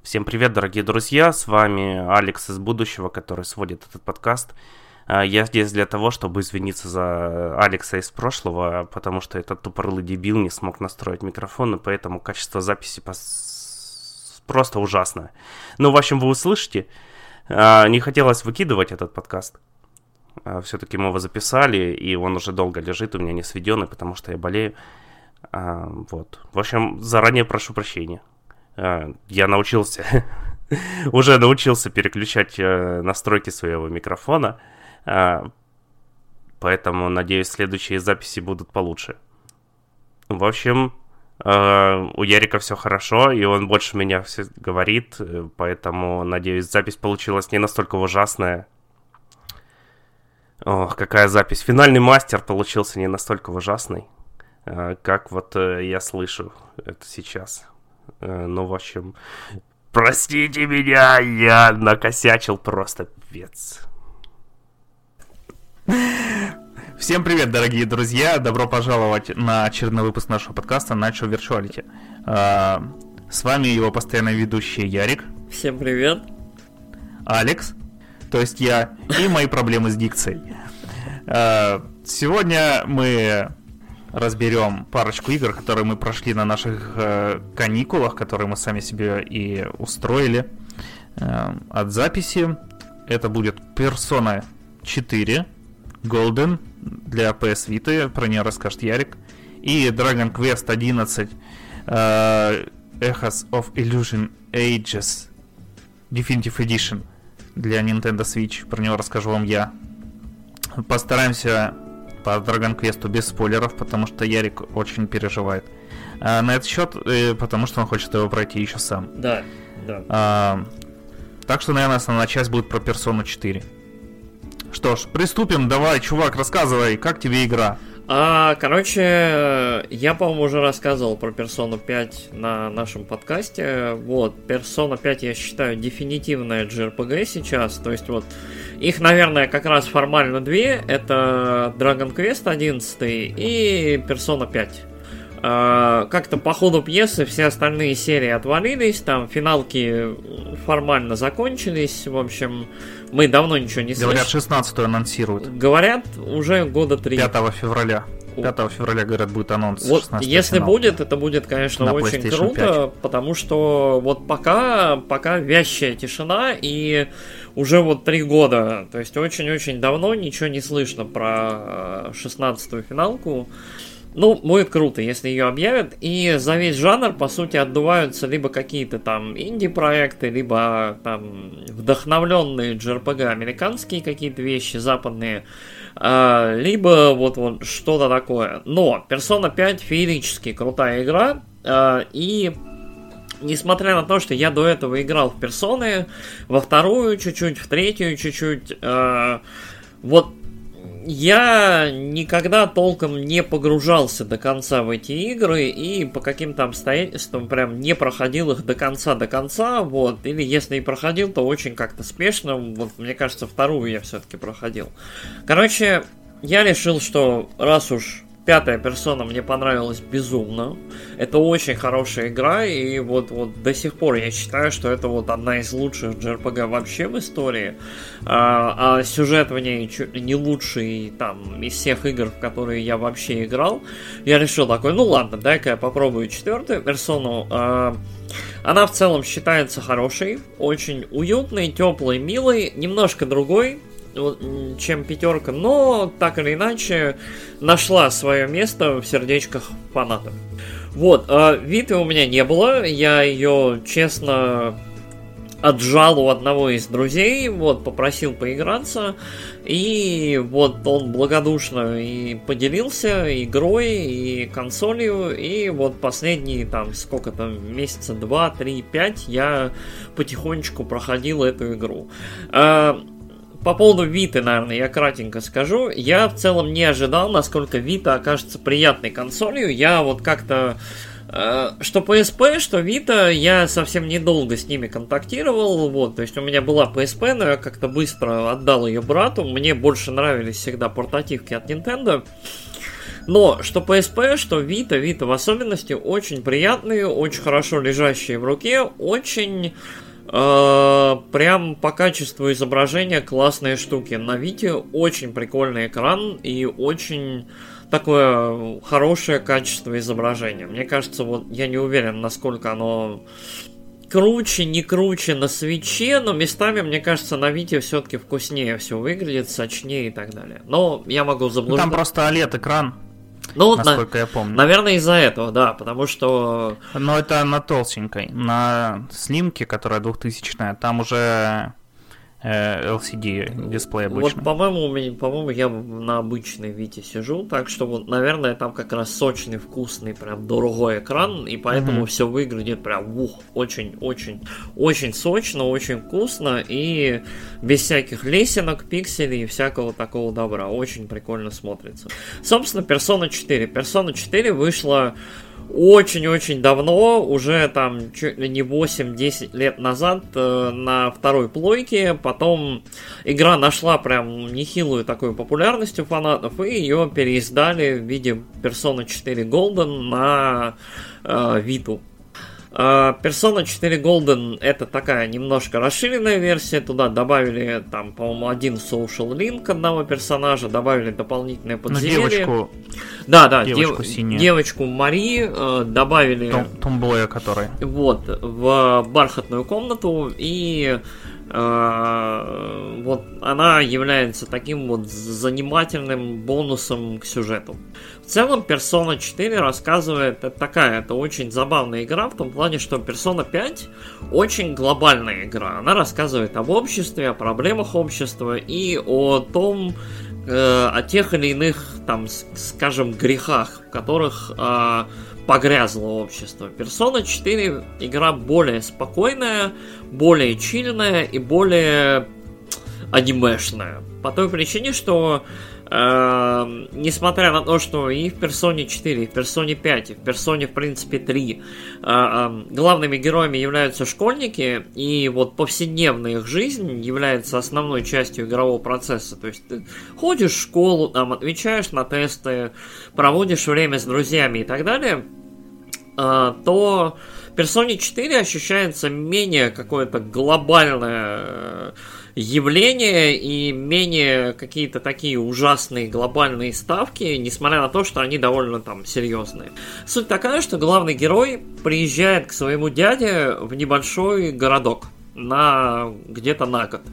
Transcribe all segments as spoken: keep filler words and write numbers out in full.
Всем привет, дорогие друзья, с вами Алекс из будущего, который сводит этот подкаст. Я здесь для того, чтобы извиниться за Алекса из прошлого, потому что этот тупорылый дебил не смог настроить микрофон, и поэтому качество записи пос... просто ужасное. Ну, в общем, вы услышите, не хотелось выкидывать этот подкаст. Все-таки мы его записали, и он уже долго лежит у меня не сведенный, потому что я болею. Вот. В общем, заранее прошу прощения. Я научился, уже научился переключать настройки своего микрофона, поэтому, надеюсь, следующие записи будут получше. В общем, у Ярика все хорошо, и он больше меня все говорит, поэтому, надеюсь, запись получилась не настолько ужасная. Ох, какая запись. Финальный мастер получился не настолько ужасный, как вот я слышу это сейчас. Ну, в общем, простите меня, я накосячил просто пипец. Всем привет, дорогие друзья! Добро пожаловать на очередной выпуск нашего подкаста Nacho Virtuality. С вами его постоянный ведущий Ярик. Всем привет. Алекс, то есть я, и мои проблемы с дикцией. Сегодня мы разберем парочку игр, которые мы прошли на наших э, каникулах, которые мы сами себе и устроили э, от записи. Это будет Persona четыре Golden для пи эс Vita, про нее расскажет Ярик. И Dragon Quest одиннадцать э, Echoes of Illusion Ages Definitive Edition для Nintendo Switch, про него расскажу вам я. Постараемся по Dragon Quest без спойлеров, потому что Ярик очень переживает а, на этот счет, э, потому что он хочет его пройти еще сам. Да, да. А, так что, наверное, основная часть будет про Persona четыре. Что ж, приступим. Давай, чувак, рассказывай, как тебе игра? А, короче, я, по-моему, уже рассказывал про Persona пять на нашем подкасте. Вот, Persona пять, я считаю, дефинитивная джей ар пи джи сейчас. То есть, вот, их, наверное, как раз формально две. Это Dragon Quest одиннадцать и Persona пять. А, как-то по ходу пьесы все остальные серии отвалились. Там финалки формально закончились. В общем, мы давно ничего не слышали. Говорят, шестнадцатую анонсируют. Говорят, уже года три. пятого февраля. пятого февраля, говорят, будет анонс. Вот если финал. Будет, это будет, конечно, на очень круто, пять. Потому что вот пока, пока вязчая тишина, и уже вот три года, то есть очень-очень давно ничего не слышно про шестнадцатую финалку. Ну, будет круто, если ее объявят. И за весь жанр, по сути, отдуваются либо какие-то там инди-проекты, либо там вдохновленные джей ар пи джи американские какие-то вещи, западные, а, либо вот, вот что-то такое. Но Persona пять феерически крутая игра, а, и несмотря на то, что я до этого играл в Persona, во вторую чуть-чуть, в третью чуть-чуть, а, вот я никогда толком не погружался до конца в эти игры и по каким-то обстоятельствам прям не проходил их до конца до конца, вот, или если и проходил, то очень как-то спешно, вот, мне кажется, вторую я все-таки проходил. Короче, я решил, что раз уж пятая персона мне понравилась безумно, это очень хорошая игра, и вот, вот до сих пор я считаю, что это вот одна из лучших джей ар пи джи вообще в истории, а, а сюжет в ней чуть не лучший там из всех игр, в которые я вообще играл. Я решил такой, ну ладно, дай-ка я попробую четвертую персону. А, она в целом считается хорошей, очень уютной, теплой, милой, немножко другой, чем пятерка, но так или иначе нашла свое место в сердечках фанатов. Вот, а Виты у меня не было, я ее честно отжал у одного из друзей, вот, попросил поиграться, и вот он благодушно и поделился игрой, и консолью, и вот последние там сколько там, месяца два, три, пять я потихонечку проходил эту игру. А, По поводу Виты, наверное, я кратенько скажу. Я в целом не ожидал, насколько Вита окажется приятной консолью. Я вот как-то... Э, что пи эс пи, что Вита, я совсем недолго с ними контактировал. Вот, то есть у меня была пи эс пи, но я как-то быстро отдал ее брату. Мне больше нравились всегда портативки от Nintendo. Но что пи эс пи, что Vita, Vita в особенности, очень приятные, очень хорошо лежащие в руке, очень... Uh, прям по качеству изображения классные штуки. На Вите очень прикольный экран и очень такое хорошее качество изображения. Мне кажется, вот я не уверен, насколько оно круче, не круче на свече, но местами, мне кажется, на Вите все-таки вкуснее все выглядит, сочнее и так далее. Но я могу заблуждаться. Там просто о лед экран. Ну, насколько на... я помню. Наверное, из-за этого, да, потому что... Но это на толстенькой. На слимке, которая двухтысячная, там уже эл си ди дисплей обычный. Вот, по-моему, по-моему, я на обычной Вите сижу, так что, вот, наверное, там как раз сочный, вкусный, прям дорогой экран, и поэтому mm-hmm. все выглядит прям ух, очень-очень, очень сочно, очень вкусно, и без всяких лесенок, пикселей и всякого такого добра. Очень прикольно смотрится. Собственно, Persona четыре. Persona четыре вышла очень-очень давно, уже там чуть ли не восемь-десять лет назад э, на второй плойке. Потом игра нашла прям нехилую такую популярность у фанатов, и ее переиздали в виде Persona четыре Golden на э, Vita. Persona четыре Golden это такая немножко расширенная версия, туда добавили там, по-моему, один social link одного персонажа, добавили дополнительное подземелье. Ну, девочку, да, да, девочку, дев... девочку Мари э, добавили... Том, Томбоя, который... Вот, в бархатную комнату, и э, вот она является таким вот занимательным бонусом к сюжету. В целом, Persona четыре рассказывает, это такая, это очень забавная игра, в том плане, что Persona пять очень глобальная игра. Она рассказывает об обществе, о проблемах общества и о том, э, о тех или иных, там, скажем, грехах, в которых э, погрязло общество. Persona четыре игра более спокойная, более чильная и более анимешная. По той причине, что Uh, несмотря на то, что и в Persona четыре, и в Persona пять, и в Persona, в принципе, три uh, uh, главными героями являются школьники, и вот повседневная их жизнь является основной частью игрового процесса. То есть ты ходишь в школу, там, отвечаешь на тесты, проводишь время с друзьями и так далее, uh, то в Persona четыре ощущается менее какое-то глобальное явление и менее какие-то такие ужасные глобальные ставки, несмотря на то, что они довольно там серьезные. Суть такая, что главный герой приезжает к своему дяде в небольшой городок на где-то на год.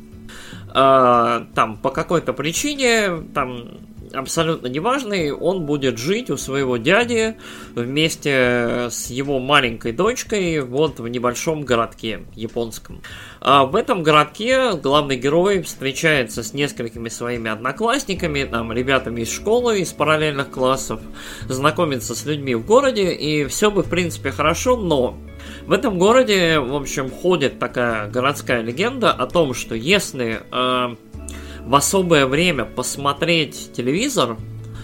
А, там по какой-то причине, там абсолютно неважный, он будет жить у своего дяди вместе с его маленькой дочкой вот в небольшом городке японском. А в этом городке главный герой встречается с несколькими своими одноклассниками, там, ребятами из школы, из параллельных классов, знакомится с людьми в городе, и все бы в принципе хорошо, но в этом городе, в общем, ходит такая городская легенда о том, что если э, в особое время посмотреть телевизор,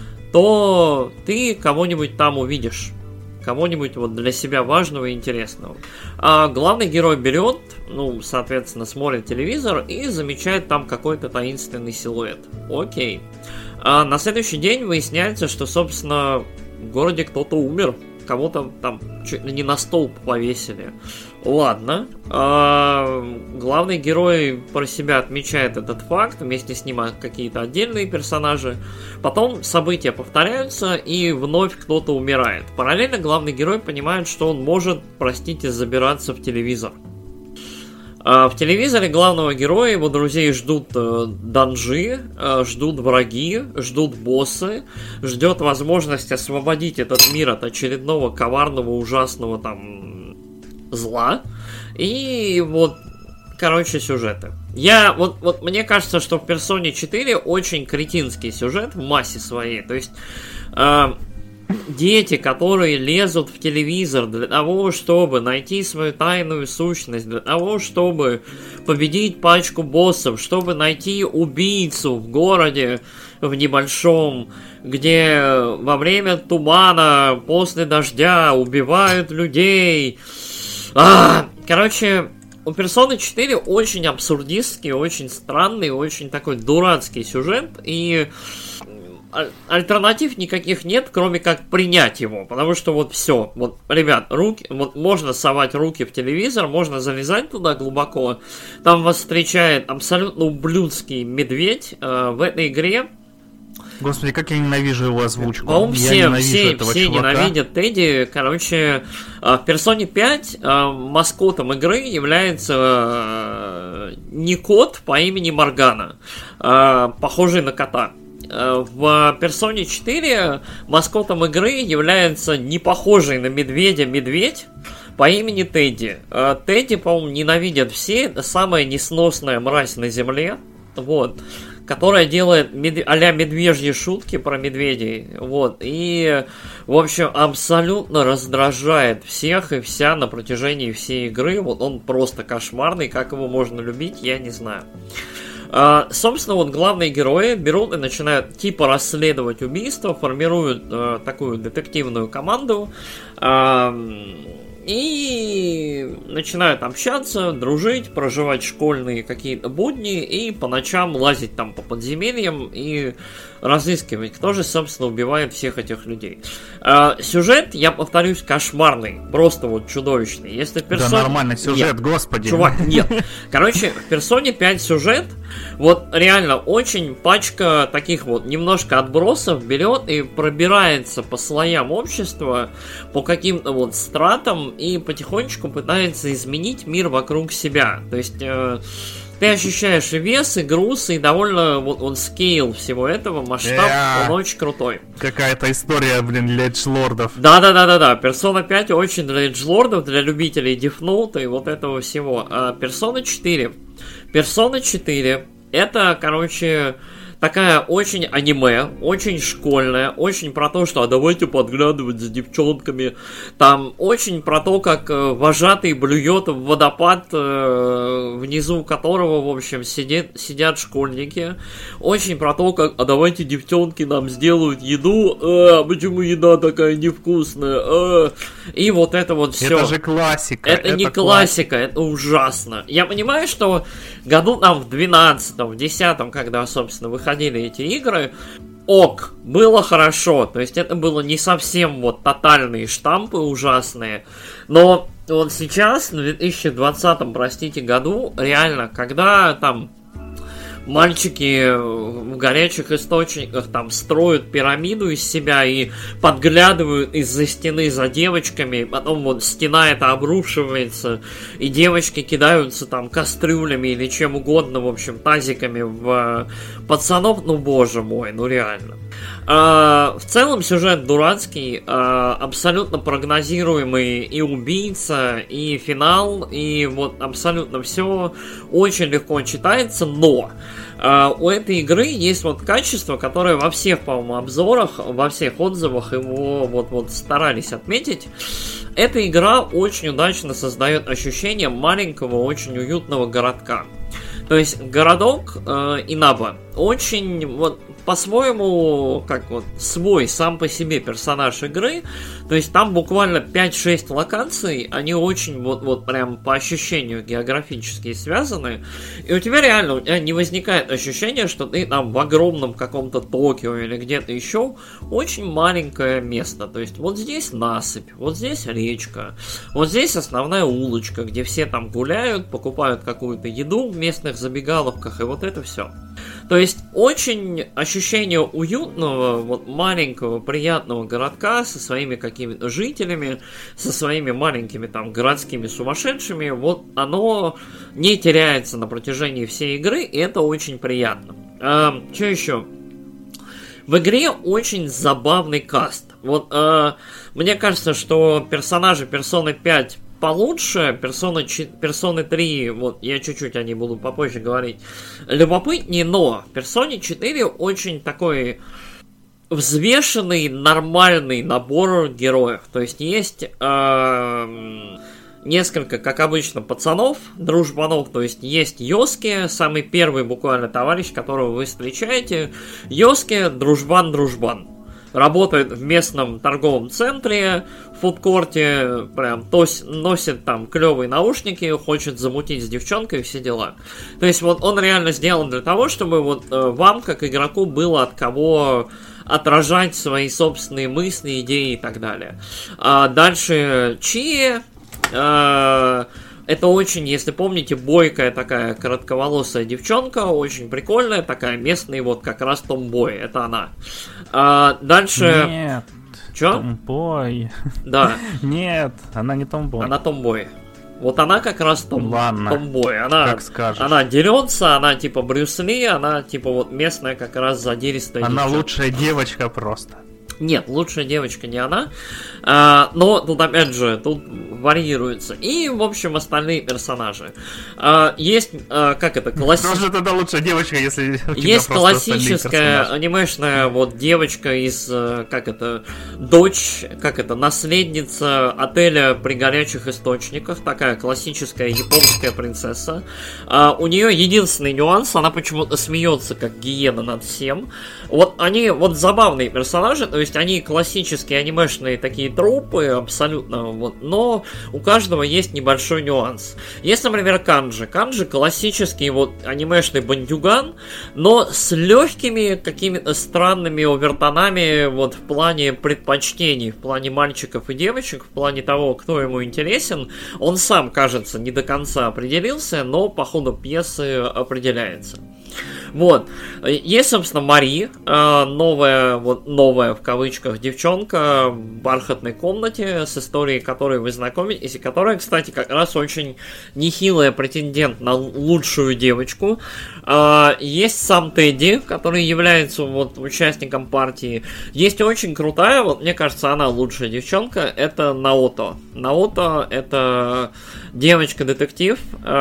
то ты кого-нибудь там увидишь. Кого-нибудь вот для себя важного и интересного. А главный герой берет, ну, соответственно, смотрит телевизор и замечает там какой-то таинственный силуэт. Окей. А на следующий день выясняется, что, собственно, в городе кто-то умер. Кого-то там чуть ли не на столб повесили. Ладно. А, главный герой про себя отмечает этот факт. Вместе с ним какие-то отдельные персонажи. Потом события повторяются, и вновь кто-то умирает. Параллельно главный герой понимает, что он может, простите, забираться в телевизор. А в телевизоре главного героя, его друзей ждут э, данжи, э, ждут враги, ждут боссы, ждет возможность освободить этот мир от очередного коварного, ужасного там зла. И вот, короче, сюжеты. Я, вот, вот мне кажется, что в Persona четыре очень кретинский сюжет в массе своей. То есть э, дети, которые лезут в телевизор для того, чтобы найти свою тайную сущность, для того, чтобы победить пачку боссов, чтобы найти убийцу в городе, в небольшом, где во время тумана, после дождя убивают людей. А, короче, у Persona четыре очень абсурдистский, очень странный, очень такой дурацкий сюжет, и альтернатив никаких нет, кроме как принять его, потому что вот все, вот, ребят, руки, вот можно совать руки в телевизор, можно залезать туда глубоко, там вас встречает абсолютно ублюдский медведь э, в этой игре. Господи, как я ненавижу его озвучку. По-моему, все, все, все ненавидят Тедди. Короче, в Persona пять маскотом игры является не кот по имени Моргана, похожий на кота. В Persona четыре маскотом игры является не похожий на медведя медведь по имени Тедди. Тедди, по-моему, ненавидят все. Это самая несносная мразь на земле. Вот. Которая делает мед... а-ля медвежьи шутки про медведей, вот, и, в общем, абсолютно раздражает всех и вся на протяжении всей игры, вот, он просто кошмарный, как его можно любить, я не знаю. А, собственно, вот главные герои берут и начинают типа расследовать убийства, формируют а, такую детективную команду, а, и начинают общаться, дружить, проживать школьные какие-то будни и по ночам лазить там по подземельям и разыскивать, кто же, собственно, убивает всех этих людей. А, сюжет, я повторюсь, кошмарный, просто вот чудовищный. Если персон... Да нормальный сюжет, нет, господи. Чувак, нет. Короче, в Persona пять сюжет, вот реально очень пачка таких вот немножко отбросов берет и пробирается по слоям общества, по каким-то вот стратам и потихонечку пытается изменить мир вокруг себя. То есть... Э, ты ощущаешь и вес, и груз, и довольно вот он скейл всего этого, масштаб, yeah. Он очень крутой. Какая-то история, блин, для эджилордов. Да-да-да-да-да, Persona пять очень для эджилордов, для любителей дефноута и вот этого всего. А Persona четыре. Persona четыре это, короче... Такая очень аниме, очень школьная, очень про то, что а давайте подглядывать за девчонками. Там очень про то, как э, вожатый блюет в водопад, э, внизу которого, в общем, сидит, сидят школьники. Очень про то, как а давайте девчонки нам сделают еду, э, почему еда такая невкусная. Э. И вот это вот все. Это же классика. Это, это не классика, классика, это ужасно. Я понимаю, что году там в двенадцатом, в десятом, когда, собственно, выходили ходили эти игры, ок, было хорошо, то есть это было не совсем вот тотальные штампы ужасные, но вот сейчас, в две тысячи двадцатом, простите, году, реально, когда там мальчики в горячих источниках там строят пирамиду из себя и подглядывают из-за стены за девочками, потом вот стена эта обрушивается, и девочки кидаются там кастрюлями или чем угодно, в общем, тазиками в пацанов, ну боже мой, ну реально. А, в целом сюжет дурацкий, а, абсолютно прогнозируемый и убийца, и финал, и вот абсолютно все очень легко читается, но а, у этой игры есть вот качество, которое во всех, по-моему, обзорах, во всех отзывах его вот-вот старались отметить. Эта игра очень удачно создает ощущение маленького, очень уютного городка. То есть городок э, Инаба очень вот по-своему, как вот свой сам по себе персонаж игры. То есть там буквально пять-шесть локаций, они очень вот, вот прям по ощущению географически связаны. И у тебя реально у тебя не возникает ощущения, что ты там в огромном каком-то Токио или где-то еще. Очень маленькое место. То есть вот здесь насыпь, вот здесь речка, вот здесь основная улочка, где все там гуляют, покупают какую-то еду в местных забегаловках, и вот это все. То есть очень ощущение уютного, вот маленького, приятного городка со своими какими-то жителями, со своими маленькими там городскими сумасшедшими, вот оно не теряется на протяжении всей игры, и это очень приятно. А, что еще? В игре очень забавный каст. Вот а, мне кажется, что персонажи Persona пять получше, Persona, Persona три, вот я чуть-чуть о ней буду попозже говорить, любопытнее, но Persona четыре очень такой взвешенный, нормальный набор героев. То есть есть э, несколько, как обычно, пацанов, дружбанов, то есть есть Йоски, самый первый буквально товарищ, которого вы встречаете. Йоски, дружбан-дружбан. работает в местном торговом центре, в фудкорте, прям тос, носит там клевые наушники, хочет замутить с девчонкой и все дела. То есть вот он реально сделан для того, чтобы вот э, вам, как игроку, было от кого отражать свои собственные мысли, идеи и так далее. А дальше Чи... Э, Это очень, если помните, бойкая такая коротковолосая девчонка, очень прикольная, такая местная, вот как раз томбой, это она. А дальше... Нет, Чё? томбой. Да. Нет, она не томбой. Она томбой. Вот она как раз том... Ладно, томбой. Она, как скажешь. Она дерется, она типа Брюс Ли, она типа вот местная как раз задиристая Она девчонка. лучшая девочка просто. Нет, лучшая девочка не она. А, но тут, опять же, тут варьируется. И, в общем, остальные персонажи. А, есть, а, как это, классическая... Тоже тогда лучшая девочка, если у тебя Есть классическая анимешная вот девочка из, как это, дочь, как это, наследница отеля при горячих источниках. Такая классическая японская принцесса. А, у нее единственный нюанс, она почему-то смеется, как гиена над всем. Вот они, вот забавные персонажи, то есть они классические анимешные такие тропы, абсолютно, вот, но у каждого есть небольшой нюанс. Есть, например, Канджи. Канджи классический вот анимешный бандюган, но с легкими какими-то странными овертонами вот в плане предпочтений, в плане мальчиков и девочек, в плане того, кто ему интересен. Он сам, кажется, не до конца определился, но по ходу пьесы определяется. Вот. Есть, собственно, Мари, новая, вот новая в кавычках девчонка в бархатной комнате, с историей которой вы знакомитесь, и которая, кстати, как раз очень нехилая претендент на лучшую девочку. Есть сам Тедди, который является вот участником партии. Есть очень крутая, вот мне кажется, она лучшая девчонка, это Наото. Наото это девочка-детектив,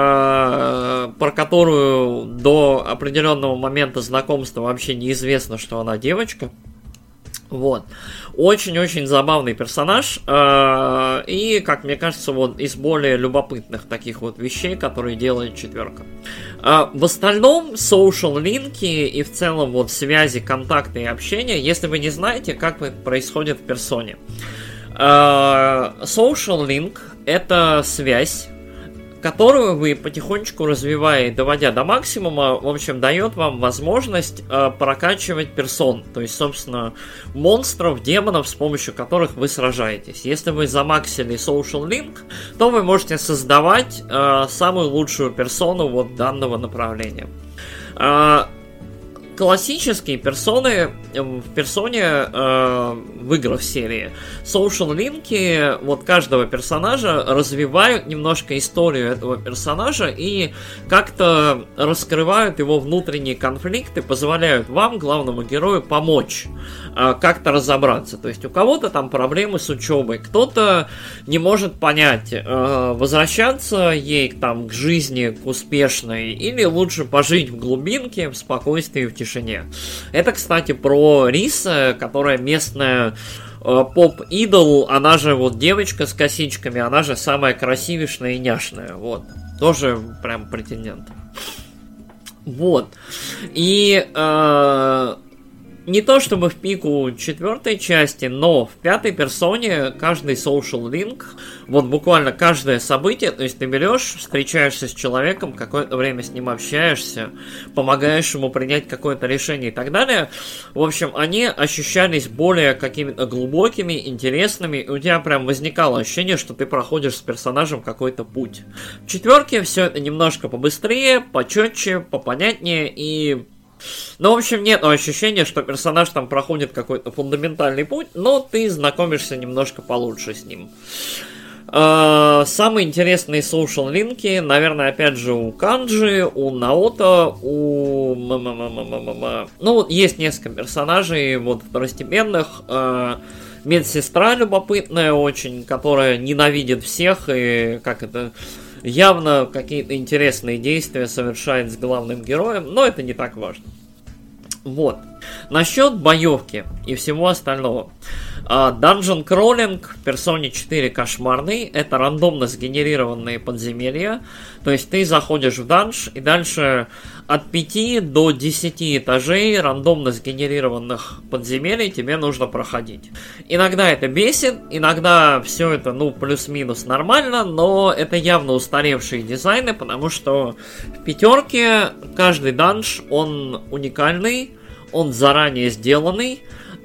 про которую до определенного момента знакомства вообще неизвестно, что она девочка. Вот. Очень-очень забавный персонаж. Э, и, как мне кажется, вот из более любопытных таких вот вещей, которые делает четверка. Э, в остальном, social линки и в целом вот связи, контакты и общение, если вы не знаете, как это происходит в персоне. Э, social link — это связь, которую вы потихонечку развивая и доводя до максимума, в общем, дает вам возможность э, прокачивать персон, то есть, собственно, монстров, демонов, с помощью которых вы сражаетесь. Если вы замаксили social link, то вы можете создавать э, самую лучшую персону вот данного направления. Э, Классические персоны в персоне э, в играх серии. Social линки вот каждого персонажа развивают немножко историю этого персонажа и как-то раскрывают его внутренние конфликты, позволяют вам, главному герою, помочь э, как-то разобраться. То есть у кого-то там проблемы с учебой, кто-то не может понять, э, возвращаться ей там к жизни, к успешной, или лучше пожить в глубинке, в спокойствии, в тишине. Это, кстати, про Риса, которая местная э, поп-идол, она же вот девочка с косичками, она же самая красивейшая и няшная, вот. Тоже прям претендент. Вот. И э, не то чтобы в пику четвертой части, но в пятой персоне каждый social link, вот буквально каждое событие, то есть ты берешь, встречаешься с человеком, какое-то время с ним общаешься, помогаешь ему принять какое-то решение и так далее. В общем, они ощущались более какими-то глубокими, интересными, и у тебя прям возникало ощущение, что ты проходишь с персонажем какой-то путь. В четверке все это немножко побыстрее, почетче, попонятнее и... Ну, в общем, нет ощущения, что персонаж там проходит какой-то фундаментальный путь, но ты знакомишься немножко получше с ним. Самые интересные social линки, наверное, опять же, у Канджи, у Наото, у... Ну, вот есть несколько персонажей, вот, второстепенных. Медсестра любопытная очень, которая ненавидит всех и, как это... явно какие-то интересные действия совершает с главным героем, но это не так важно. Вот. Насчет боевки и всего остального. Dungeon Crawling в Persona четыре кошмарный. Это рандомно сгенерированные подземелья. То есть ты заходишь в данж, и дальше от пяти до десяти этажей рандомно сгенерированных подземелий тебе нужно проходить. Иногда это бесит, иногда все это, ну, плюс-минус нормально, но это явно устаревшие дизайны, потому что в пятерке каждый данж, он уникальный, он заранее сделанный,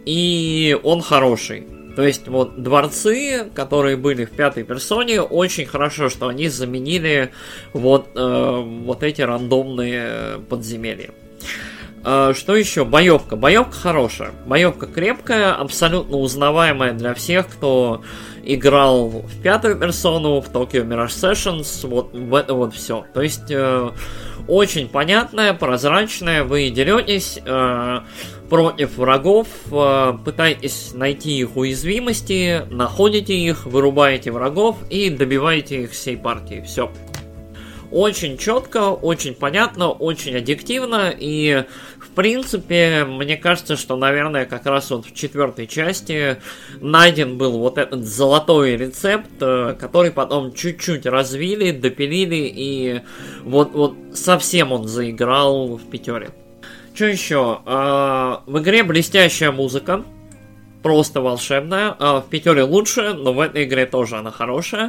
и он хороший. То есть вот дворцы, которые были в пятой персоне, очень хорошо, что они заменили вот, э, вот эти рандомные подземелья. Э, что еще? Боевка. Боевка хорошая. Боевка крепкая, абсолютно узнаваемая для всех, кто играл в пятую персону, в Tokyo Mirage Sessions, вот в это вот все. То есть э, очень понятная, прозрачная, вы деретесь э, против врагов, э, пытаетесь найти их уязвимости, находите их, вырубаете врагов и добиваете их всей партией. Все. Очень четко, очень понятно, очень аддиктивно, и в принципе, мне кажется, что, наверное, как раз вот в четвертой части найден был вот этот золотой рецепт, который потом чуть-чуть развили, допилили, и вот, вот совсем он заиграл в пятере. Что еще? В игре блестящая музыка. Просто волшебная. В пятере лучше, но в этой игре тоже она хорошая.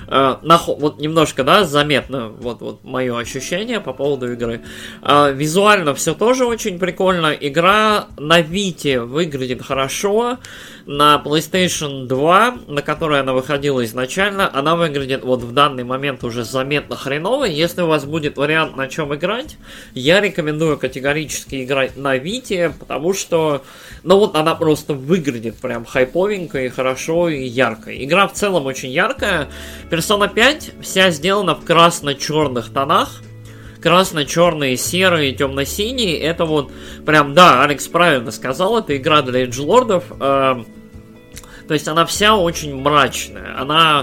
Вот немножко, да, заметно вот, вот мое ощущение по поводу игры. Визуально все тоже очень прикольно. Игра на Vita выглядит хорошо. На PlayStation два, на которой она выходила изначально, она выглядит вот в данный момент уже заметно хреново. Если у вас будет вариант, на чем играть, я рекомендую категорически играть на Vita, потому что, ну вот она просто выглядит прям хайповенько и хорошо и ярко. Игра в целом очень яркая. Persona пять вся сделана в красно-черных тонах. Красно-черные, серые, темно-синие. Это вот прям, да, Алекс правильно сказал, это игра для эджлордов. Э, то есть она вся очень мрачная. Она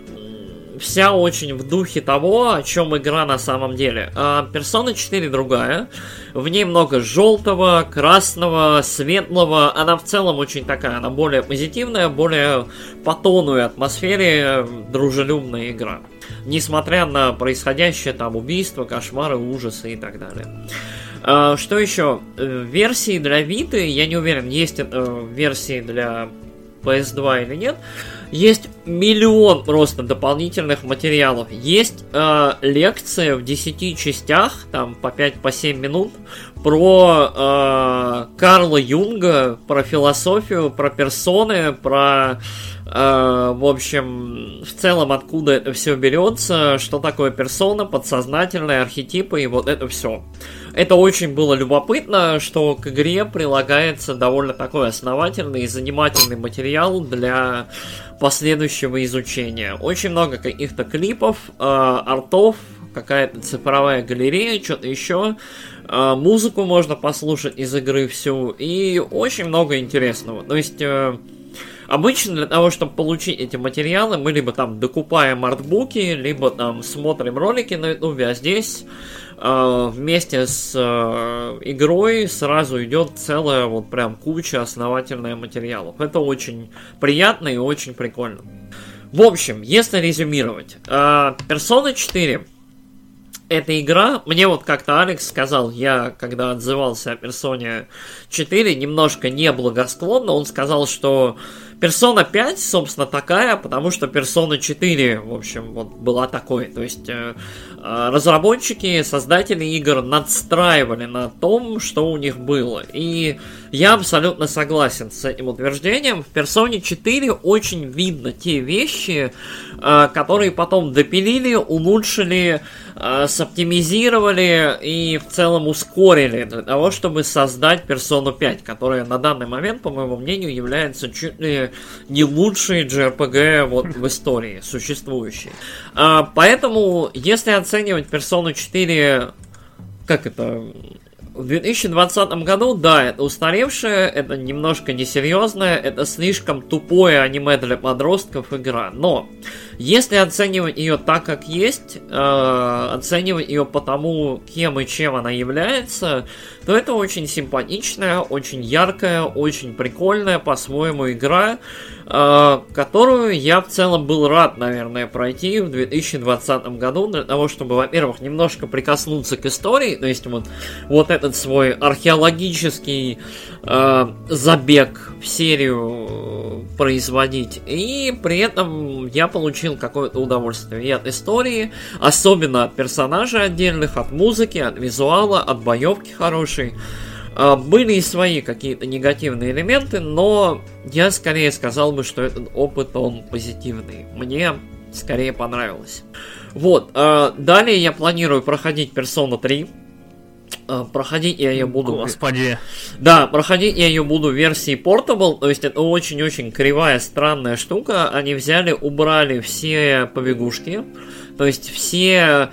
вся очень в духе того, о чем игра на самом деле. А Persona четыре другая. В ней много желтого, красного, светлого. Она в целом очень такая, она более позитивная, более по тону и атмосфере дружелюбная игра. Несмотря на происходящее там убийства, кошмары, ужасы и так далее. А, что еще? Версии для Vita, я не уверен, есть это версии для пи эс два или нет. Есть миллион просто дополнительных материалов. Есть э, лекция в десяти частях, там по пять-семь минут, про э, Карла Юнга, про философию, про персоны, про, э, в общем, в целом, откуда это все берется, что такое персона, подсознательные архетипы и вот это все. Это очень было любопытно, что к игре прилагается довольно такой основательный и занимательный материал для последующего изучения. Очень много каких-то клипов, э, артов, какая-то цифровая галерея, что-то еще. Э, музыку можно послушать из игры всю. И очень много интересного. То есть... Э, Обычно для того, чтобы получить эти материалы, мы либо там докупаем артбуки, либо там смотрим ролики на ютубе, а здесь э, вместе с э, игрой сразу идет целая вот прям куча основательных материалов. Это очень приятно и очень прикольно. В общем, если резюмировать, э, Persona четыре эта игра, мне вот как-то Алекс сказал, я когда отзывался о Persona четыре, немножко неблагосклонно, он сказал, что Persona пять, собственно, такая, потому что Persona четыре, в общем, вот была такой. То есть э, разработчики, создатели игр надстраивали на том, что у них было. И я абсолютно согласен с этим утверждением. В Persona четыре очень видно те вещи, э, которые потом допилили, улучшили, э, соптимизировали и в целом ускорили для того, чтобы создать Persona пять, которая на данный момент, по моему мнению, является чуть ли не лучшей джей ар пи джи вот в истории существующей. А, поэтому, если оценивать Persona четыре, как это, в две тысячи двадцатом году, да, это устаревшее, это немножко несерьезное, это слишком тупое аниме для подростков игра. Но если оценивать ее так, как есть, э, оценивать ее по тому, кем и чем она является, то это очень симпатичная, очень яркая, очень прикольная по-своему игра, э, которую я в целом был рад, наверное, пройти в две тысячи двадцатом году, для того, чтобы, во-первых, немножко прикоснуться к истории, то есть вот, вот этот свой археологический э, забег в серию производить, и при этом я получил какое-то удовольствие и от истории, особенно от персонажей отдельных, от музыки, от визуала, от боевки хорошей. Э, были и свои какие-то негативные элементы, но я скорее сказал бы, что этот опыт, он позитивный. Мне скорее понравилось. Вот, э, далее я планирую проходить Персону три. Э, проходить я ее буду... Господи. Да, проходить я ее буду в версии Portable, то есть это очень-очень кривая, странная штука. Они взяли, убрали все побегушки, то есть все...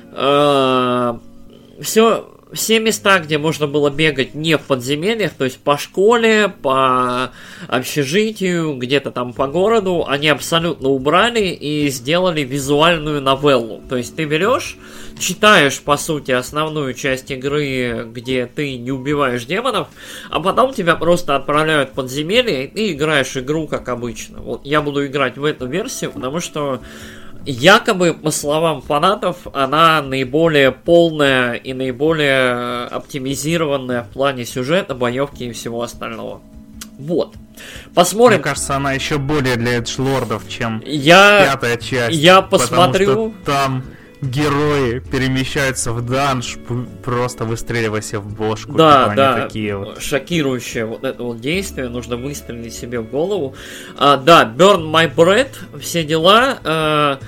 Э, все... Все места, где можно было бегать не в подземельях, то есть по школе, по общежитию, где-то там по городу, они абсолютно убрали и сделали визуальную новеллу. То есть ты берешь, читаешь, по сути, основную часть игры, где ты не убиваешь демонов, а потом тебя просто отправляют в подземелье, и ты играешь игру как обычно. Вот я буду играть в эту версию, потому что якобы, по словам фанатов, она наиболее полная и наиболее оптимизированная в плане сюжета, боевки и всего остального. Вот. Посмотрим. Мне кажется, она еще более для эджилордов, чем я... пятая часть. Я посмотрю. Потому что там герои перемещаются в данж, просто выстреливая себе в бошку. Да, да, такие вот. Шокирующее вот это вот действие, нужно выстрелить себе в голову. А, да, Burn My Bread, все дела. А,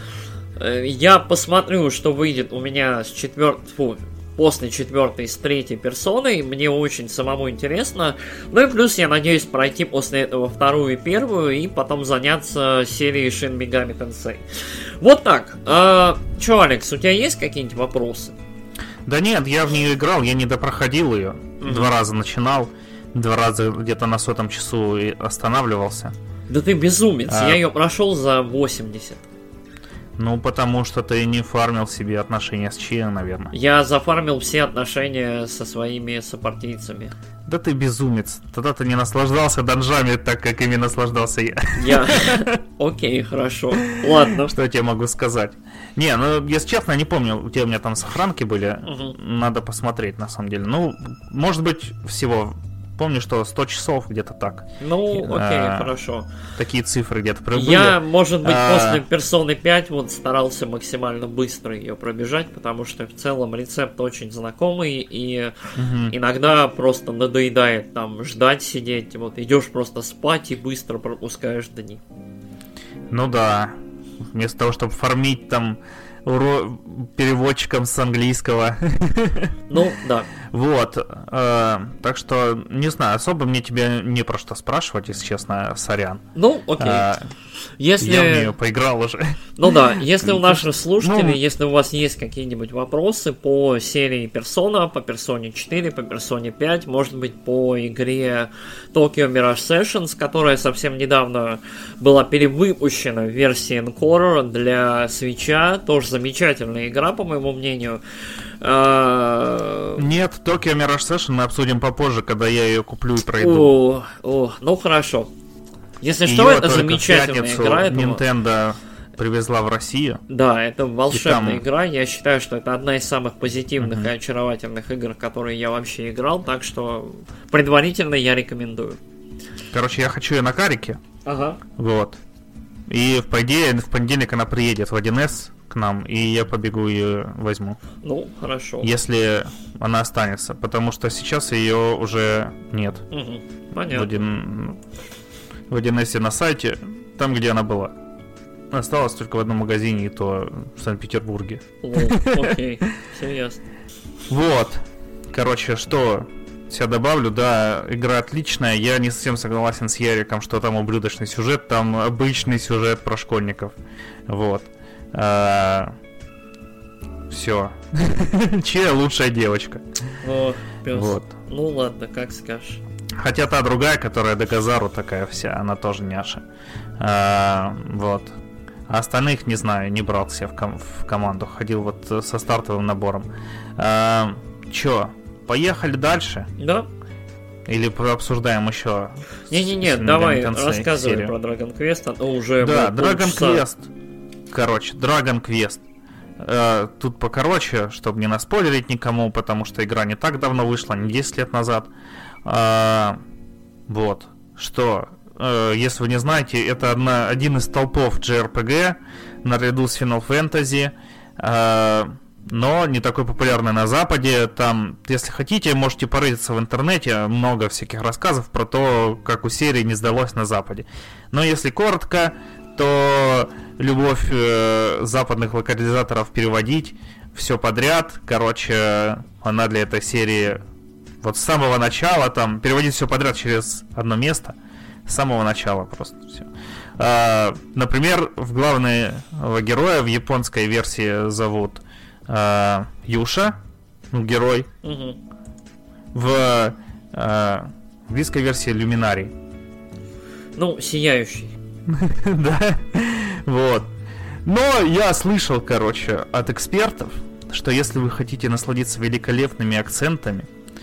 я посмотрю, что выйдет у меня с четвертой... после четвертой, с третьей персоной. Мне очень самому интересно. Ну и плюс я надеюсь пройти после этого вторую и первую, и потом заняться серией Shin Megami Tensei. Вот так. А, Че, Алекс, у тебя есть какие-нибудь вопросы? Да нет, я в нее играл, я не допроходил ее. Mm-hmm. Два раза начинал, два раза где-то на сотом часу и останавливался. Да ты безумец, а... я ее прошел за восемьдесят. Ну, потому что ты не фармил себе отношения с Чией, наверное. Я зафармил все отношения со своими сопартийцами. Да ты безумец. Тогда ты не наслаждался данжами так, как ими наслаждался я. Я... Окей, хорошо. Ладно. Что я тебе могу сказать? Не, ну, если честно, я не помню, где у меня там сохранки были. Угу. Надо посмотреть, на самом деле. Ну, может быть, всего... Помню, что сто часов где-то так. Ну, окей, а, хорошо. Такие цифры где-то пробыли. Я, может быть, а... после Персоны пять вот старался максимально быстро ее пробежать, потому что в целом рецепт очень знакомый, и угу. иногда просто надоедает там ждать, сидеть. Вот идешь просто спать и быстро пропускаешь дни. Ну да. Вместо того, чтобы фармить там уро... переводчиком с английского. Ну, да. Вот, э, так что, не знаю, особо мне тебя не про что спрашивать, если честно, сорян. Ну, окей. А, если... Я в нее поиграл уже. Ну да, если у наших слушателей, ну... если у вас есть какие-нибудь вопросы по серии Persona, по Persona четыре, по Persona пять, может быть, по игре Tokyo Mirage Sessions, которая совсем недавно была перевыпущена в версии Encore для Switch'а, тоже замечательная игра, по моему мнению. Нет, Tokyo Mirage Session мы обсудим попозже, когда я ее куплю и пройду. О, о, ну хорошо. Если ее что, это замечательная игра. Nintendo привезла в Россию. Да, это волшебная там... игра. Я считаю, что это одна из самых позитивных uh-huh. и очаровательных игр, которые я вообще играл. Так что предварительно я рекомендую. Короче, я хочу ее на карике. Ага. Вот. И по идее в понедельник она приедет в один эс к нам, и я побегу ее возьму. Ну, хорошо. Если она останется, потому что сейчас ее уже нет. Угу. Понятно. В один... в один эс на сайте, там, где она была. Осталась только в одном магазине, и то в Санкт-Петербурге. О, окей, все ясно. Вот. Короче, что себя добавлю, да, игра отличная. Я не совсем согласен с Яриком, что там ублюдочный сюжет, там обычный сюжет про школьников. Вот. А... Все. Чья лучшая девочка? О, пес. Вот. Ну ладно, как скажешь. Хотя та другая, которая до Газару такая вся, она тоже няша. А, вот. А остальных, не знаю, не брал себе в, ком- в команду. Ходил вот со стартовым набором. А, чё, поехали дальше? Да. Или обсуждаем еще? Не-не-не, давай рассказывай серию про Dragon Quest. А уже да, Dragon Quest. Короче, Dragon Quest. Uh, тут покороче, чтобы не наспойлерить никому, потому что игра не так давно вышла, не десять лет назад. Uh, вот. Что, uh, если вы не знаете, это одна, один из толпов джей ар пи джи наряду с Final Fantasy, uh, но не такой популярный на Западе. Там, если хотите, можете порыться в интернете, много всяких рассказов про то, как у серии не сдалось на Западе. Но если коротко, то любовь э, западных локализаторов переводить все подряд. Короче, она для этой серии вот с самого начала там переводить все подряд через одно место. С самого начала просто все. А, например, в главного героя в японской версии зовут а, Юша, ну, герой. Угу. В а, английской версии Люминарий. Ну, сияющий. Да, вот. Но я слышал, короче, от экспертов, что если вы хотите насладиться великолепными акцентами,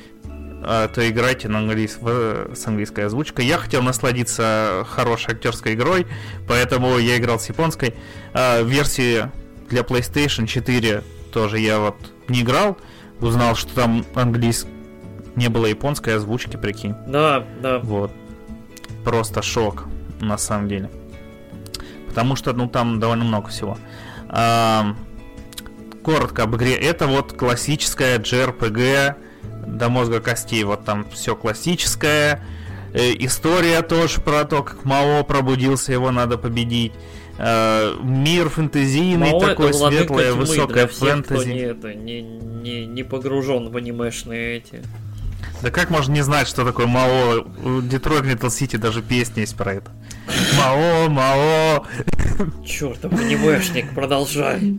то играйте на английс... с английской озвучкой. Я хотел насладиться хорошей актерской игрой, поэтому я играл с японской. В версии для PlayStation четыре тоже я вот не играл, узнал, что там английский не было японской озвучки, прикинь. Да, да. Вот. Просто шок. На самом деле. Потому что, ну, там довольно много всего. А, коротко об игре. Это вот классическая джей ар пи джи до мозга костей. Вот там все классическое. Э, история тоже про то, как Мао пробудился, его надо победить. Э, мир фэнтезийный, Мао такой светлое, высокое всех, фэнтези. Кто не, это, не, не, не погружен в анимешные эти. Да как можно не знать, что такое Мао? У Detroit Metal City даже песня есть про это. Мао, Мао. Чёртов анимешник, продолжай.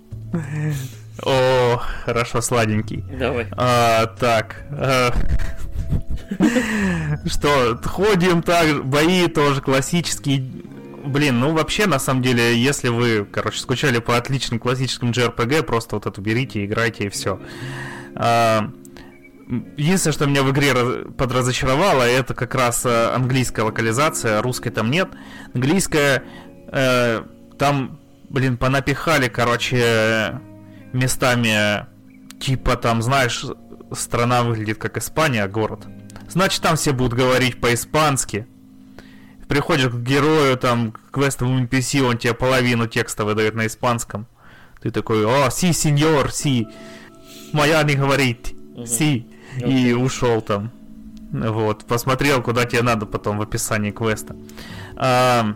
О, хорошо, сладенький. Давай. А, так. А, что, ходим так, бои тоже классические. Блин, ну вообще, на самом деле, если вы, короче, скучали по отличным классическим джей ар пи джи, просто вот эту берите, играйте и все. А, единственное, что меня в игре подразочаровало, это как раз английская локализация, русской там нет. Английская, э, там, блин, понапихали, короче, местами, типа там, знаешь, страна выглядит как Испания, город. Значит, там все будут говорить по-испански. Приходишь к герою, там, к квестовому эн пи си, он тебе половину текста выдает на испанском. Ты такой: о, си, сеньор, си, моя не говорит, си. Okay. И ушел там. Вот, посмотрел, куда тебе надо потом в описании квеста. А,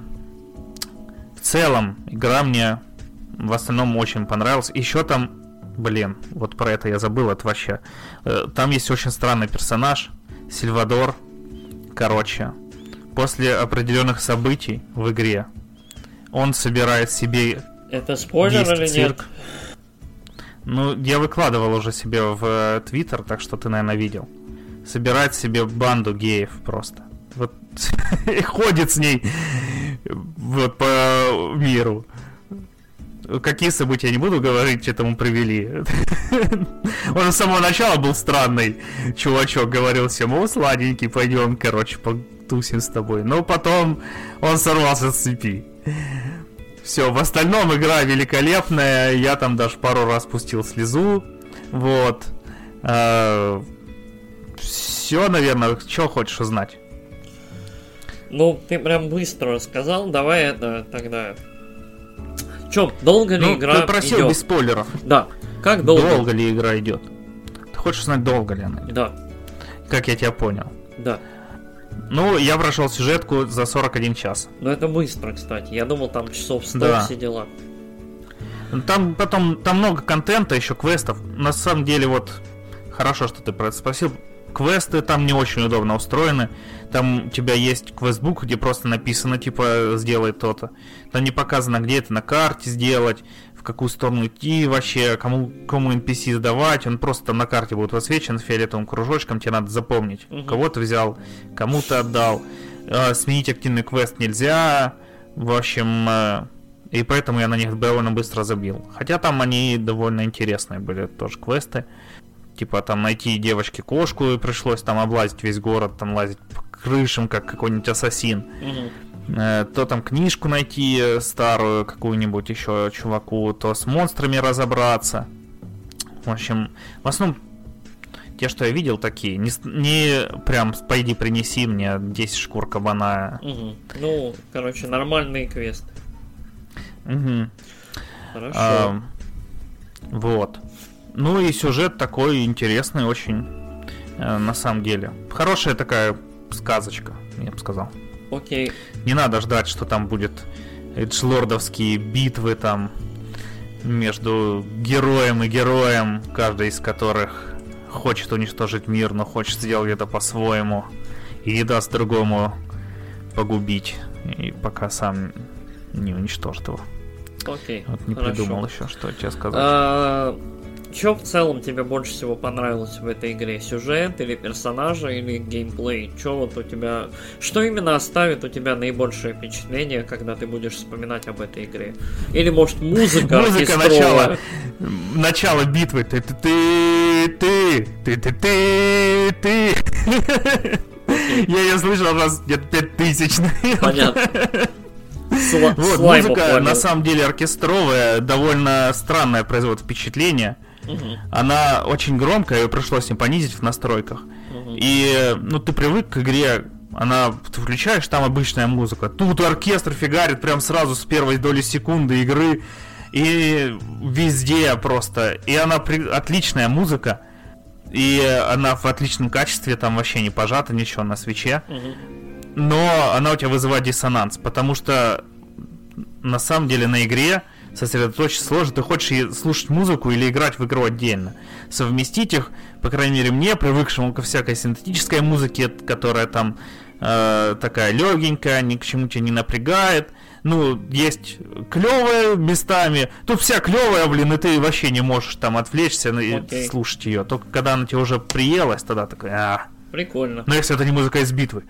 в целом, игра мне в остальном очень понравилась. Еще там, блин, вот про это я забыл, это вообще. Там есть очень странный персонаж, Сильвадор. Короче, после определенных событий в игре он собирает себе... Это спойлер или цирк. Нет? Ну, я выкладывал уже себе в Твиттер, так что ты, наверное, видел. Собирает себе банду геев просто. Вот и ходит с ней вот по миру. Какие события, я не буду говорить, что тому привели. Он с самого начала был странный чувачок, говорил всем: о, сладенький, пойдем, короче, потусим с тобой. Но потом он сорвался с цепи. Все, в остальном игра великолепная. Я там даже пару раз пустил слезу. Вот. А, все, наверное, что хочешь узнать? Ну, ты прям быстро рассказал. Давай это тогда. Че, долго ли ну, игра ты просил идет? без спойлеров. Да. Как долго? Долго ли игра идет? Ты хочешь узнать, долго ли она идет? Да. Как я тебя понял? Да. Ну, я прошел сюжетку за сорок один час. Ну, это быстро, кстати. Я думал, там часов сто, да. Все дела. Там потом, там много контента, еще квестов. На самом деле, вот, хорошо, что ты про это спросил. Квесты там не очень удобно устроены. Там у тебя есть квестбук, где просто написано, типа, сделай то-то. Там не показано, где это на карте сделать, в в какую сторону идти вообще, кому, кому эн пи си сдавать. Он просто на карте будет высвечен фиолетовым кружочком, тебе надо запомнить. Uh-huh. Кого-то взял, кому-то отдал. Э, сменить активный квест нельзя. В общем, э, и поэтому я на них довольно быстро забил. Хотя там они довольно интересные были тоже квесты. Типа там найти девочке-кошку, и пришлось там облазить весь город, там лазить по крышам, как какой-нибудь ассасин. Uh-huh. То там книжку найти старую какую-нибудь еще чуваку, то с монстрами разобраться. В общем, в основном те, что я видел, такие. Не, не прям пойди принеси мне десять шкур кабана. Угу. Ну, короче, нормальные квесты. Угу. Хорошо. А, вот. Ну и сюжет такой интересный очень, на самом деле. Хорошая такая сказочка, я бы сказал. Окей. Не надо ждать, что там будет эджилордовские битвы там между героем и героем, каждый из которых хочет уничтожить мир, но хочет сделать это по-своему и не даст другому погубить, и пока сам не уничтожит его. Окей. Вот не хорошо. Придумал еще, что тебе сказать. А, что в целом тебе больше всего понравилось в этой игре? Сюжет или персонажи или геймплей? Что вот у тебя... Что именно оставит у тебя наибольшее впечатление, когда ты будешь вспоминать об этой игре? Или, может, музыка Музыка начала, начало битвы. Ты ты ты ты ты ты ты Я ее слышал раз где-то пять тысяч. Понятно. Сла- вот, музыка понял. На самом деле оркестровая, довольно странное производит впечатление. Uh-huh. Она очень громкая, ее пришлось не понизить в настройках. Uh-huh. И ну ты привык к игре, она ты включаешь, там обычная музыка. Тут оркестр фигарит прям сразу с первой доли секунды игры. И везде просто. И она при... отличная музыка. И она в отличном качестве, там вообще не пожата ничего на свече. Uh-huh. Но она у тебя вызывает диссонанс, потому что на самом деле на игре сосредоточиться сложно. Ты хочешь слушать музыку или играть в игру отдельно. Совместить их, по крайней мере мне, привыкшему ко всякой синтетической музыке, которая там э, такая легенькая, ни к чему тебя не напрягает. Ну, есть клевые местами. Тут вся клевая, блин, и ты вообще не можешь там отвлечься и okay. слушать ее. Только когда она тебе уже приелась, тогда такой, а прикольно. Но если это не музыка из битвы.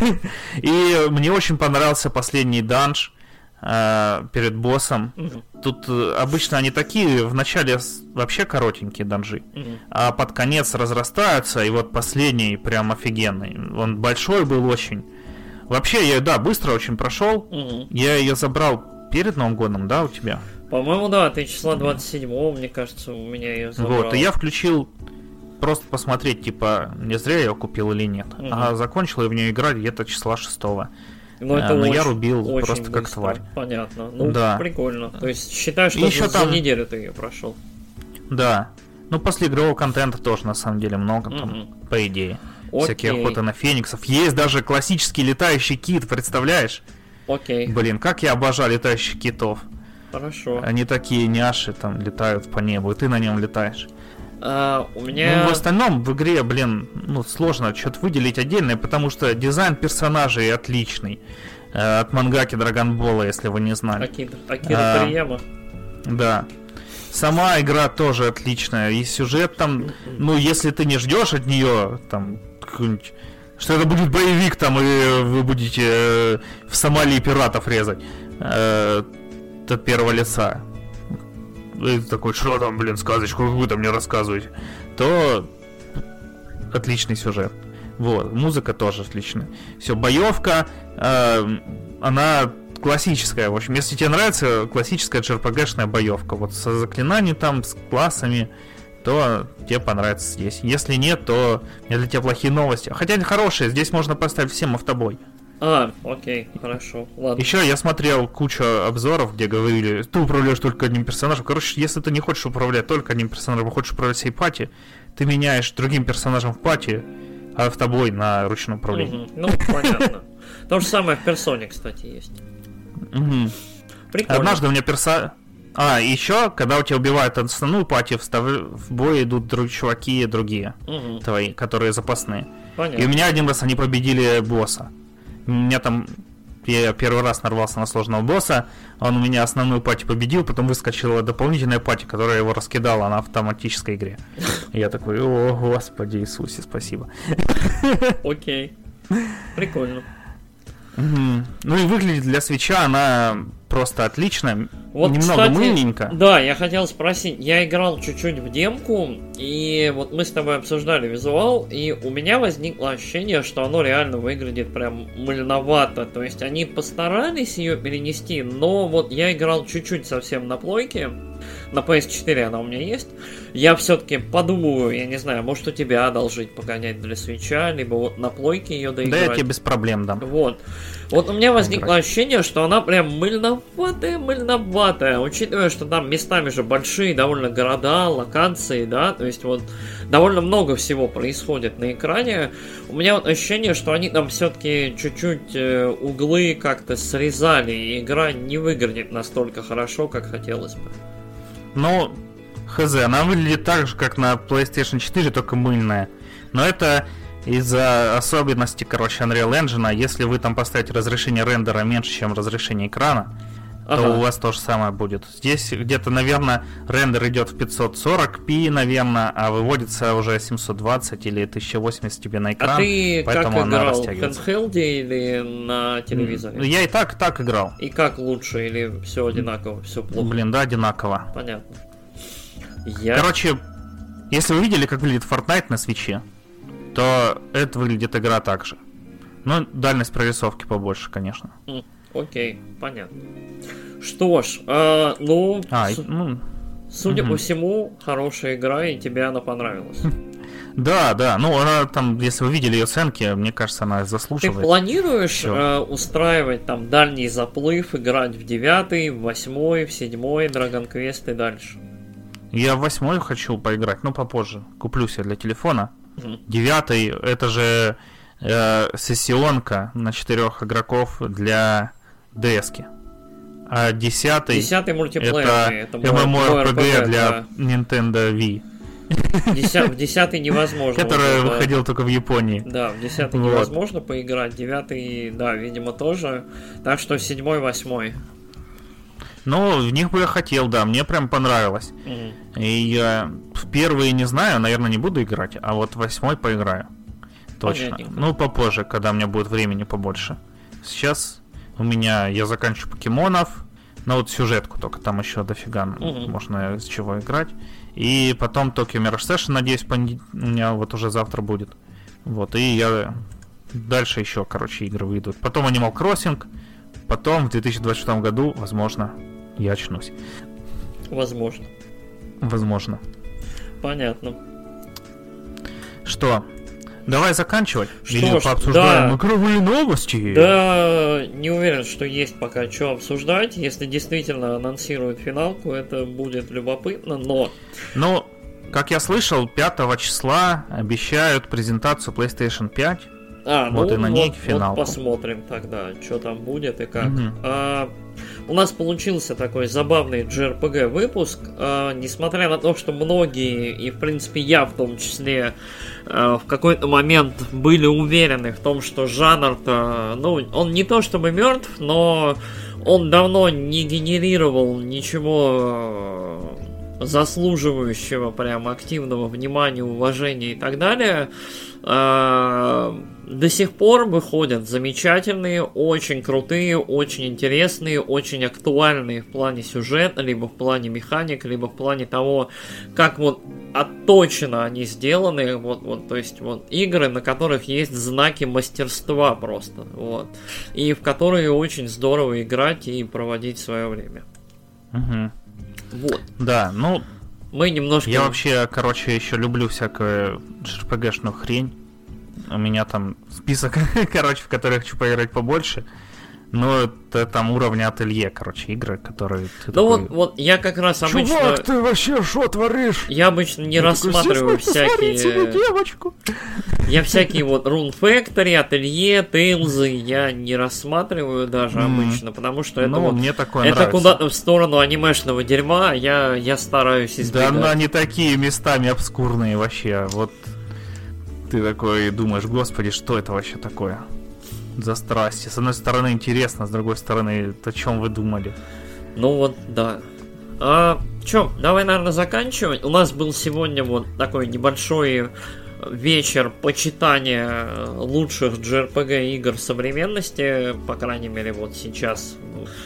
И мне очень понравился последний данж э, перед боссом. Uh-huh. Тут э, обычно они такие, в начале вообще коротенькие данжи, uh-huh. а под конец разрастаются, и вот последний прям офигенный. Он большой был очень. Вообще, я, да, быстро очень прошел. Uh-huh. Я ее забрал перед Новым годом, да, у тебя? По-моему, да, ты числа двадцать седьмого, мне кажется, у меня ее забрал. Вот, и я включил... Просто посмотреть, типа, не зря я его купил или нет. Угу. А закончил я в нее играть где-то числа шестого. Но, это Но очень, я рубил очень просто быстро. Как тварь. Понятно. Ну, да. Прикольно. То есть считай, что еще за, там... за неделю ты ее прошел. Да. Ну, после игрового контента тоже, на самом деле, много там, угу. по идее. Окей. Всякие охоты на фениксов. Есть даже классический летающий кит, представляешь? Окей. Блин, как я обожаю летающих китов. Хорошо. Они такие няши там летают по небу, и ты на нем летаешь. Uh, у меня... Ну, в остальном в игре, блин, ну, сложно что-то выделить отдельное, потому что дизайн персонажей отличный. Э, от мангаки Драгонбола, если вы не знали. Акира, Акира Торияма. Да. Сама игра тоже отличная. И сюжет там, ну, если ты не ждешь от нее, там, что это будет боевик, там, и вы будете э, в Сомалии пиратов резать э, от первого лица. И такой, что там, блин, сказочку какую-то мне рассказываете, то отличный сюжет. Вот, музыка тоже отличная. Все, боевка, э, она классическая. В общем, если тебе нравится классическая джей ар пи джи-шная боевка, вот со заклинанием там, с классами, то тебе понравится здесь. Если нет, то у меня для тебя плохие новости. Хотя они хорошие, здесь можно поставить всем автобой. А, окей, хорошо, ладно. Еще я смотрел кучу обзоров, где говорили, ты управляешь только одним персонажем. Короче, если ты не хочешь управлять только одним персонажем, а хочешь управлять всей пати, ты меняешь другим персонажем в пати, а автобой на ручном управлении. Угу. Ну, понятно. То же самое в персоне, кстати, есть. Угу. Прикольно. Однажды у меня перса... А, еще, когда у тебя убивают основную пати, встав... в бой идут друг... чуваки другие, угу. твои, которые запасные. Понятно. И у меня один раз они победили босса. У меня там я первый раз нарвался на сложного босса, он у меня основную пати победил, потом выскочила дополнительная пати, которая его раскидала на автоматической игре. И я такой, о, Господи Иисусе, спасибо. Окей, прикольно. Ну и выглядит для свитча она просто отлично, вот, немного кстати, мыленько. Да, я хотел спросить, я играл чуть-чуть в демку, и вот мы с тобой обсуждали визуал, и у меня возникло ощущение, что оно реально выглядит прям мыльновато, то есть они постарались ее перенести, но вот я играл чуть-чуть совсем на плойке, на пи эс четыре она у меня есть, я все-таки подумаю, я не знаю, может у тебя одолжить погонять для свитча, либо вот на плойке ее доиграть. Да, я тебе без проблем дам. Вот. Вот у меня возникло ощущение, что она прям мыльноватая, мыльноватая, учитывая, что там местами же большие довольно города, локации, да, то есть вот довольно много всего происходит на экране. У меня вот ощущение, что они там все-таки чуть-чуть э, углы как-то срезали, и игра не выглядит настолько хорошо, как хотелось бы. Ну, хз, она выглядит так же, как на PlayStation четыре, только мыльная. Но это из-за особенностей, короче, Unreal Engine. Если вы там поставите разрешение рендера меньше, чем разрешение экрана, ага. то у вас то же самое будет. Здесь где-то, наверное, рендер идет в пятьсот сорок пи, наверное, а выводится уже семьсот двадцать или тысяча восемьдесят тебе на экран. А ты поэтому как она играл? растягивается. В хендхелде или на телевизоре? Ну, я и так, так играл. И как лучше, или все одинаково, все плохо? Блин, да, одинаково. Понятно. Я... Короче, если вы видели, как выглядит Fortnite на свитче, то это выглядит игра так же. Ну, дальность прорисовки побольше, конечно. Mm, окей, понятно. Что ж, э, ну, а, с... ну, судя угу. по всему, хорошая игра, и тебе она понравилась. Да, да, ну она там, если вы видели ее оценки, мне кажется, она заслуживает. Ты планируешь э, устраивать там дальний заплыв, играть в девятый, в восьмой, в седьмой Dragon Quest и дальше? Я в восьмой хочу поиграть, но попозже. Куплю себе для телефона. Mm. Девятый, это же э, сессионка на четырех игроков для ди эс-ки. А десятый, десятый мультиплеерный, это, это MMORPG для да. Nintendo Wii. В десятый невозможно. Который вот, выходил да. только в Японии. Да, в десятый вот. невозможно поиграть, девятый, да, видимо, тоже. Так что седьмой, восьмой. Ну, в них бы я хотел, да, мне прям понравилось. Угу. И я в первые не знаю, наверное, не буду играть, а вот в восьмой поиграю. Точно. Понятненько. Ну, попозже, когда у меня будет времени побольше. Сейчас у меня, я заканчиваю покемонов, но вот сюжетку только, там еще дофига угу. можно с чего играть. И потом Tokyo Mirage Session, надеюсь, понед... у меня вот уже завтра будет. Вот, и я дальше еще, короче, игры выйдут. Потом Animal Crossing, потом в две тысячи двадцать четвёртом году, возможно, я очнусь. Возможно. Возможно. Понятно. Что? Давай заканчивать? Что Или ж, пообсуждаем да. игровые новости? Да, не уверен, что есть пока что обсуждать. Если действительно анонсируют финалку, это будет любопытно, но... Ну, как я слышал, пятого числа обещают презентацию PlayStation пять. А, вот ну и на вот, ней вот финалку. Посмотрим тогда, что там будет и как. Угу. А, у нас получился такой забавный джей ар пи джи выпуск. А, несмотря на то, что многие, и в принципе я в том числе, а, в какой-то момент были уверены в том, что жанр-то, ну, он не то чтобы мертв, но он давно не генерировал ничего заслуживающего прям активного внимания, уважения и так далее. До сих пор выходят замечательные, очень крутые, очень интересные, очень актуальные в плане сюжета, либо в плане механик, либо в плане того, как вот отточено они сделаны, вот, вот, то есть вот игры, на которых есть знаки мастерства просто, вот, и в которые очень здорово играть и проводить свое время. Угу. Вот. Да, ну... Мы немножко... Я вообще, короче, еще люблю всякую джей ар пи джи-шную хрень. У меня там список, короче, в которые хочу поиграть побольше. Но это там уровня ателье, короче, игры, которые... Ну такой... вот, вот я как раз обычно... Чувак, ты вообще что творишь? Я обычно не я рассматриваю такой, всякие... девочку. Я всякие вот Rune Factory, ателье, Tales я не рассматриваю даже mm. обычно, потому что это, ну, вот, мне такое это нравится. Куда-то в сторону анимешного дерьма, я, я стараюсь избегать. Да, они такие местами обскурные вообще, вот... Ты такой думаешь, господи, что это вообще такое? за страсти? С одной стороны интересно, с другой стороны, о чем вы думали? Ну вот, да. А, чё, давай, наверное, заканчивать. У нас был сегодня вот такой небольшой вечер почитания лучших джей ар пи джи игр современности, по крайней мере, вот сейчас,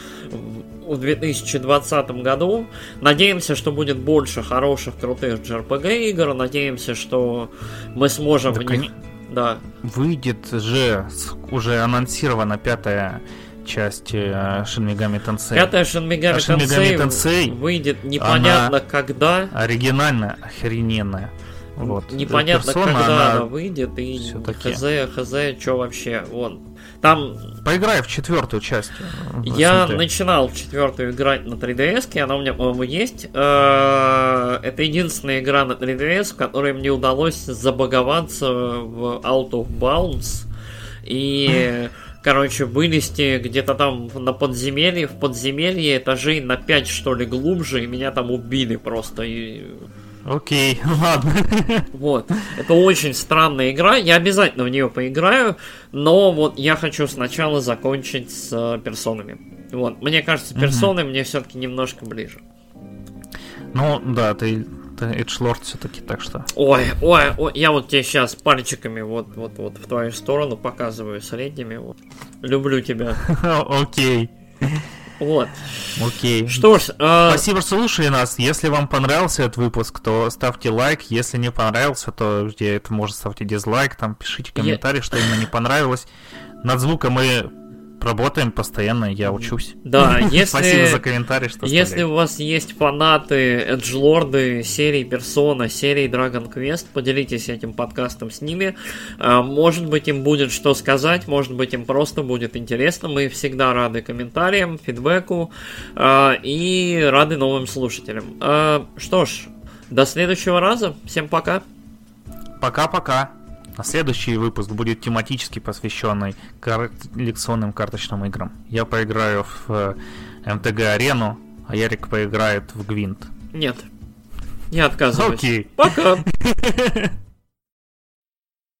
в две тысячи двадцатом году. Надеемся, что будет больше хороших, крутых джей ар пи джи игр. Надеемся, что мы сможем да, в них... Да. Выйдет же, уже анонсирована пятая часть Shin Megami Tensei. Пятая Shin Megami, Shin Megami Tensei выйдет непонятно когда. Оригинальная, охрененная. Вот. Непонятно, Persona, когда она, она выйдет, и хз, хз, что вообще, вон. Там... Поиграй в четвертую часть. Я начинал в четвертую играть на три ди эс, она у меня, по-моему, есть. Это единственная игра на три ди эс, в которой мне удалось забаговаться в Out of Bounds. И... Короче, вылезти где-то там на подземелье, в подземелье этажей на пять, что ли, глубже, и меня там убили просто. И... Окей, ладно. Вот. Это очень странная игра. Я обязательно в нее поиграю, но вот я хочу сначала закончить с э, персонами. Вот. Мне кажется, персоны угу. мне все-таки немножко ближе. Ну, да, ты, ты эджилорд все-таки, так что. Ой, ой, ой, я вот тебе сейчас пальчиками вот, вот, вот в твою сторону показываю, средними. Вот. Люблю тебя. Окей. Вот. Окей. Что ж, э... спасибо, что слушали нас. Если вам понравился этот выпуск, то ставьте лайк. Если не понравился, то где это может ставьте дизлайк, там пишите комментарий, Я... что именно не понравилось. Над звуком мы работаем постоянно, я учусь. Да, если... Спасибо за комментарий, что Если оставляете. У вас есть фанаты эджилорды серии Persona, серии Dragon Quest, поделитесь этим подкастом с ними. Может быть, им будет что сказать, может быть, им просто будет интересно. Мы всегда рады комментариям, фидбэку и рады новым слушателям. Что ж, до следующего раза. Всем пока. Пока-пока. А следующий выпуск будет тематически посвященный коллекционным карточным играм. Я поиграю в эм тэ гэ Арену, а Ярик поиграет в Гвинт. Нет, я отказываюсь. Окей. Пока.